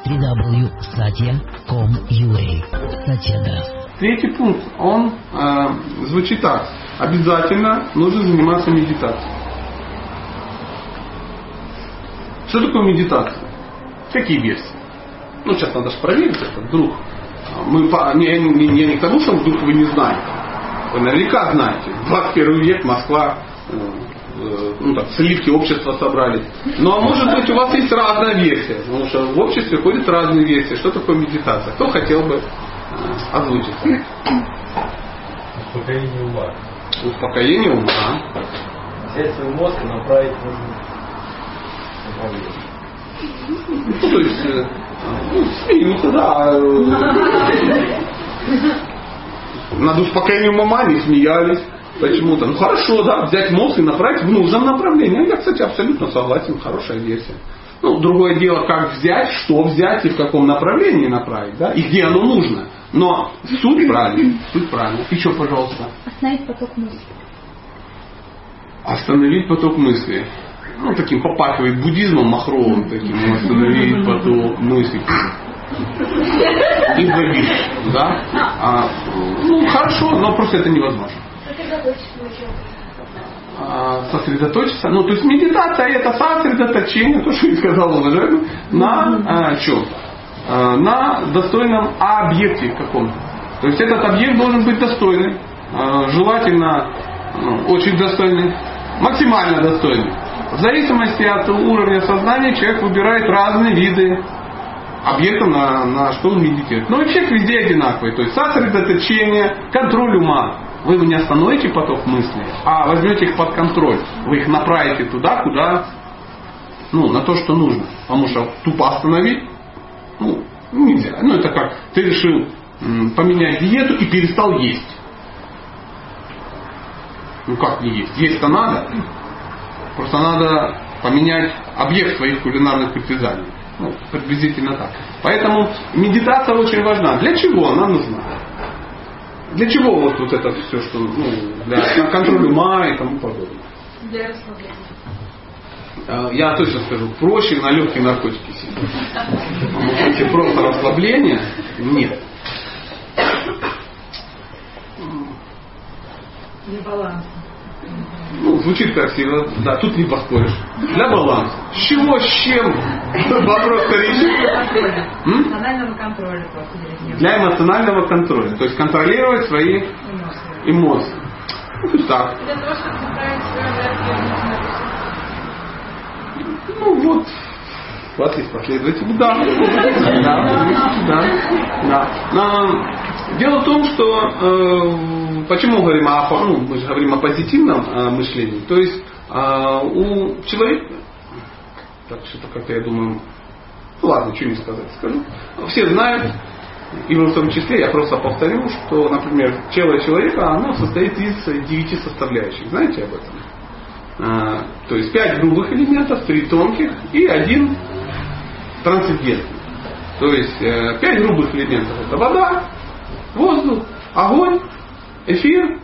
www.satya.com.ua. Satyada. Третий пункт, он звучит так. Обязательно нужно заниматься медитацией. Что такое медитация? Какие версии? Сейчас надо же проверить это, вдруг. Я не к тому, что вдруг вы не знаете. Вы наверняка знаете. 21 век, Москва, сливки общества собрались. Ну а может быть у вас есть разная версия. Потому что в обществе ходят разные версии. Что такое медитация? Кто хотел бы озвучить? Успокоение ума. Успокоение ума. Взять свой мозг и направить в нужное направление. То есть, смеются, да. Над успокоением ума не смеялись почему-то. Хорошо, да, взять мозг и направить в нужном направлении. Я, кстати, абсолютно согласен, хорошая версия. Другое дело, как взять, что взять и в каком направлении направить, да, и где оно нужно. Но суть правильная. Еще, пожалуйста. Остановить поток мысли. Остановить поток мысли. Таким попахивает буддизмом махровым таким. Остановить поток мысли. И забить. Да? Хорошо, но просто это невозможно. Сосредоточиться. То есть медитация это сосредоточение, то, что я сказал, уважаемый, на чем? На достойном объекте каком-то. То есть этот объект должен быть достойный. Желательно очень достойный. Максимально достойный. В зависимости от уровня сознания человек выбирает разные виды объектов, на что он медитирует. Но вообще везде одинаковые. То есть сосредоточение, контроль ума. Вы не остановите поток мыслей, а возьмете их под контроль. Вы их направите туда, куда, на то, что нужно. Потому что тупо остановить, нельзя. Это как ты решил поменять диету и перестал есть. Как не есть? Есть-то надо. Просто надо поменять объект своих кулинарных притязаний. Приблизительно так. Поэтому медитация очень важна. Для чего она нужна? Для чего вот это все, что для контроля ума и тому подобное? Для расслабления. Я точно скажу, проще на легкие наркотики сидеть. Потому что если просто расслабление, нет. Для баланса. Звучит красиво, да, тут не поспоришь. Для баланса. С чего, с чем? Вопрос вторичный. Эмоционального контроля. Для эмоционального контроля. То есть контролировать свои эмоции. Так. Для того, чтобы направить свою энергию. У вас есть последователь. Да. Дело в том, что почему говорим мы же говорим о позитивном мышлении. То есть у человека, так что-то как-то я думаю, ладно, что не сказать, скажу. Все знают, и в том числе я просто повторю, что, например, тело человека, оно состоит из 9 составляющих. Знаете об этом? То есть 5 грубых элементов, 3 тонких и 1 трансцендентный. То есть 5 грубых элементов это вода, воздух, огонь, эфир,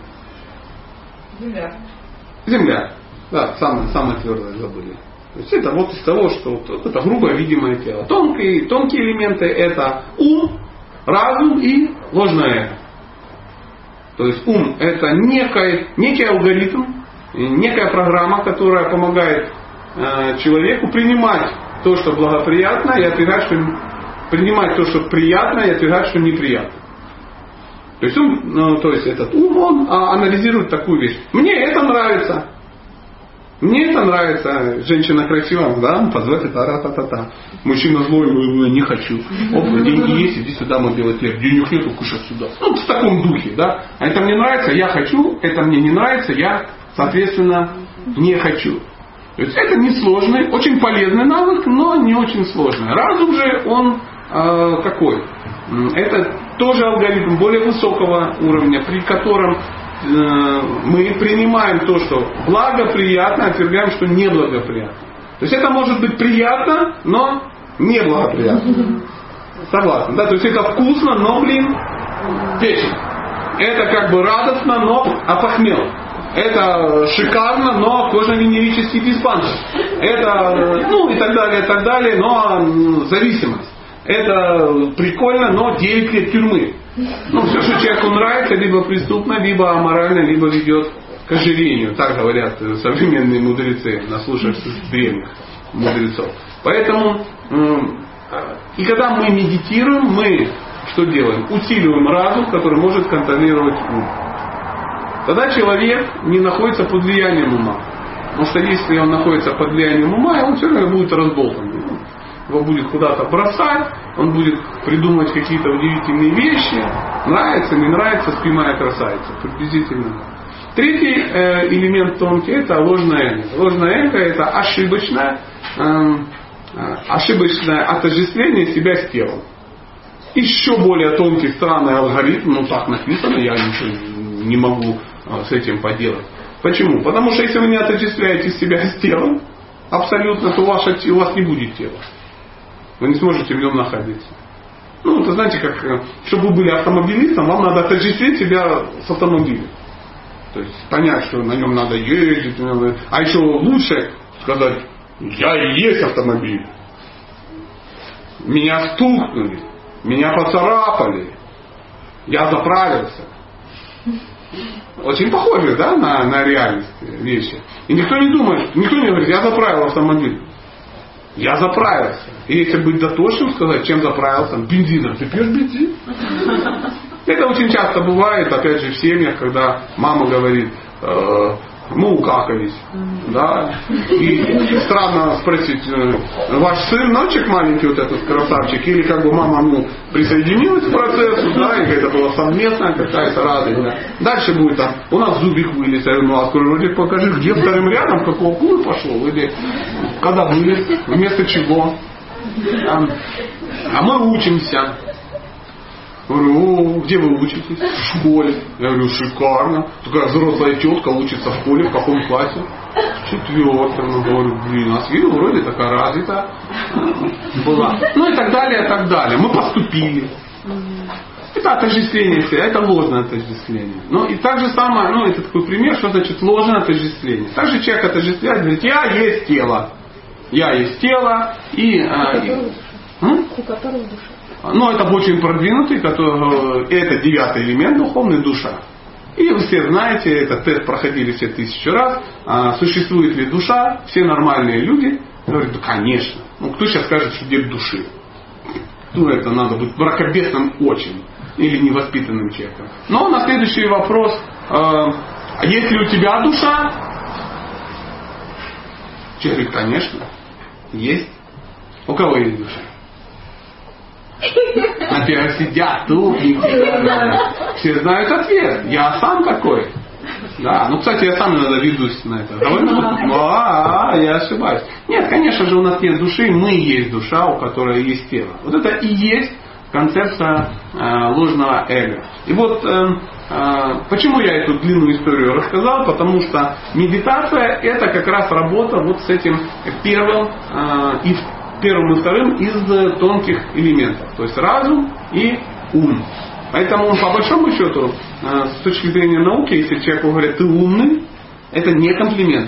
земля. Да, самое твердое забыли. То есть это из того, что это грубое видимое тело. Тонкие элементы это ум, разум и ложное эго. То есть ум это некий алгоритм, некая программа, которая помогает человеку принимать то, что благоприятно, и отвергать, что принимать то, что приятно, и отвергать, что неприятно. То есть этот ум, он анализирует такую вещь. Мне это нравится. Женщина красивая, да, позвать это ра-та-та-та. Мужчина злой, не хочу. Деньги есть, иди сюда, мой белый хлеб. Денег нету, кушай сюда. В таком духе, да. А это мне нравится, я хочу. Это мне не нравится, я, соответственно, не хочу. То есть это несложный, очень полезный навык, но не очень сложный. Разум же, он какой? Это тоже алгоритм более высокого уровня, при котором мы принимаем то, что благоприятно, отвергаем, что неблагоприятно. То есть это может быть приятно, но неблагоприятно. Согласен, да? То есть это вкусно, но, печень. Это радостно, но опохмел. Это шикарно, но кожно-венерический диспансер. Это, и так далее, но зависимость. это прикольно, но 9 лет тюрьмы. Ну, все, что человеку нравится, либо преступно, либо аморально, либо ведет к ожирению. Так говорят современные мудрецы, наслушавшись древних мудрецов. Поэтому, и когда мы медитируем, мы что делаем? Усиливаем разум, который может контролировать ум. Тогда человек не находится под влиянием ума. Потому что если он находится под влиянием ума, он все равно будет разболтан. Его будет куда-то бросать, он будет придумывать какие-то удивительные вещи. Нравится, не нравится, спиная красавица. Приблизительно. Третий элемент тонкий — это ложное эго. Ложное эго — это ошибочное отождествление себя с телом. Еще более тонкий, странный алгоритм, ну так написано, я ничего не могу с этим поделать. Почему? Потому что если вы не отождествляете себя с телом, абсолютно, то у вас не будет тела. Вы не сможете в нем находиться. Ну, это знаете, как, чтобы вы были автомобилистом, вам надо отождествить себя с автомобилем. То есть понять, что на нем надо ездить. А еще лучше сказать, я и есть автомобиль. Меня стукнули, меня поцарапали, я заправился. Очень похожи, да, на реальность вещи. И никто не думает, никто не говорит, я заправил автомобиль. Я заправился. И если быть дотошным, сказать, чем заправился? Бензином. Ты пьешь бензин? Это очень часто бывает, опять же, в семьях, когда мама говорит, мы укакались. Да? И странно спросить, ваш сын, мальчик маленький, вот этот красавчик, или как бы мама присоединилась к процессу, да, и это была совместная какая-то радость. Да. Дальше будет там, у нас зубик вылез, я говорю, ну, вроде покажи, где вторым рядом, какого кулы пошел, или когда вылез, вместо чего. А мы учимся. Говорю, где вы учитесь? В школе. Я говорю, шикарно. Такая взрослая тетка учится в школе, в каком классе? В 4-м. Говорю, блин, а с виду вроде такая развитая была. Ну и так далее, и так далее. Мы поступили. Это отождествление себя, это ложное отождествление. Ну и так же самое, ну это такой пример, что значит ложное отождествление. Также человек отождествляет, говорит, я есть тело. Я есть тело и у которого душа. Ну, это очень продвинутый, это 9-й элемент духовный, душа. И вы все знаете, этот тест проходили все 1000 раз. Существует ли душа? Все нормальные люди говорят, да, конечно. Ну, кто сейчас скажет, что нет души? Ну, это надо быть мракобесным очень. Или невоспитанным человеком. Но на следующий вопрос. А есть ли у тебя душа? Человек говорит, конечно. Есть. У кого есть душа? Например, сидят тут, все знают ответ. Я сам такой. Да. Ну, кстати, я сам иногда ведусь на это. Я ошибаюсь. Нет, конечно же, у нас нет души, мы есть душа, у которой есть тело. Вот это и есть концепция ложного эго. И вот почему я эту длинную историю рассказал? Потому что медитация — это как раз работа вот с этим первым и вторым из тонких элементов. То есть разум и ум. Поэтому по большому счету, с точки зрения науки, если человеку говорят, ты умный, это не комплимент.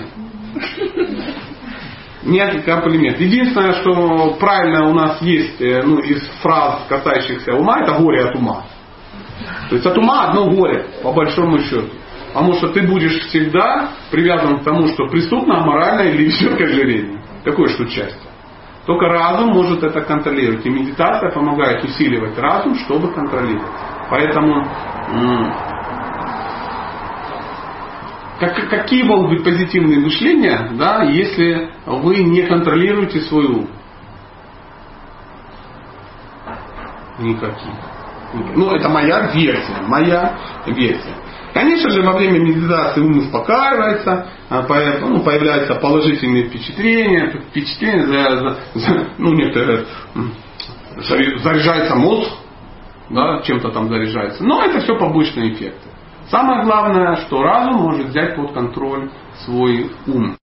Не комплимент. Единственное, что правильно у нас есть из фраз, касающихся ума, это горе от ума. То есть от ума одно горе, по большому счету. Потому что ты будешь всегда привязан к тому, что преступно, аморально или ведет к ожирению. Какое что счастье. Только разум может это контролировать. И медитация помогает усиливать разум, чтобы контролировать. Поэтому какие могут быть позитивные мышления, да, если вы не контролируете свой ум? Никакие. Ну, это моя версия. Конечно же, во время медитации ум успокаивается, появляются положительные впечатления, некоторые заряжается мозг, да, чем-то там заряжается. Но это все побочные эффекты. Самое главное, что разум может взять под контроль свой ум.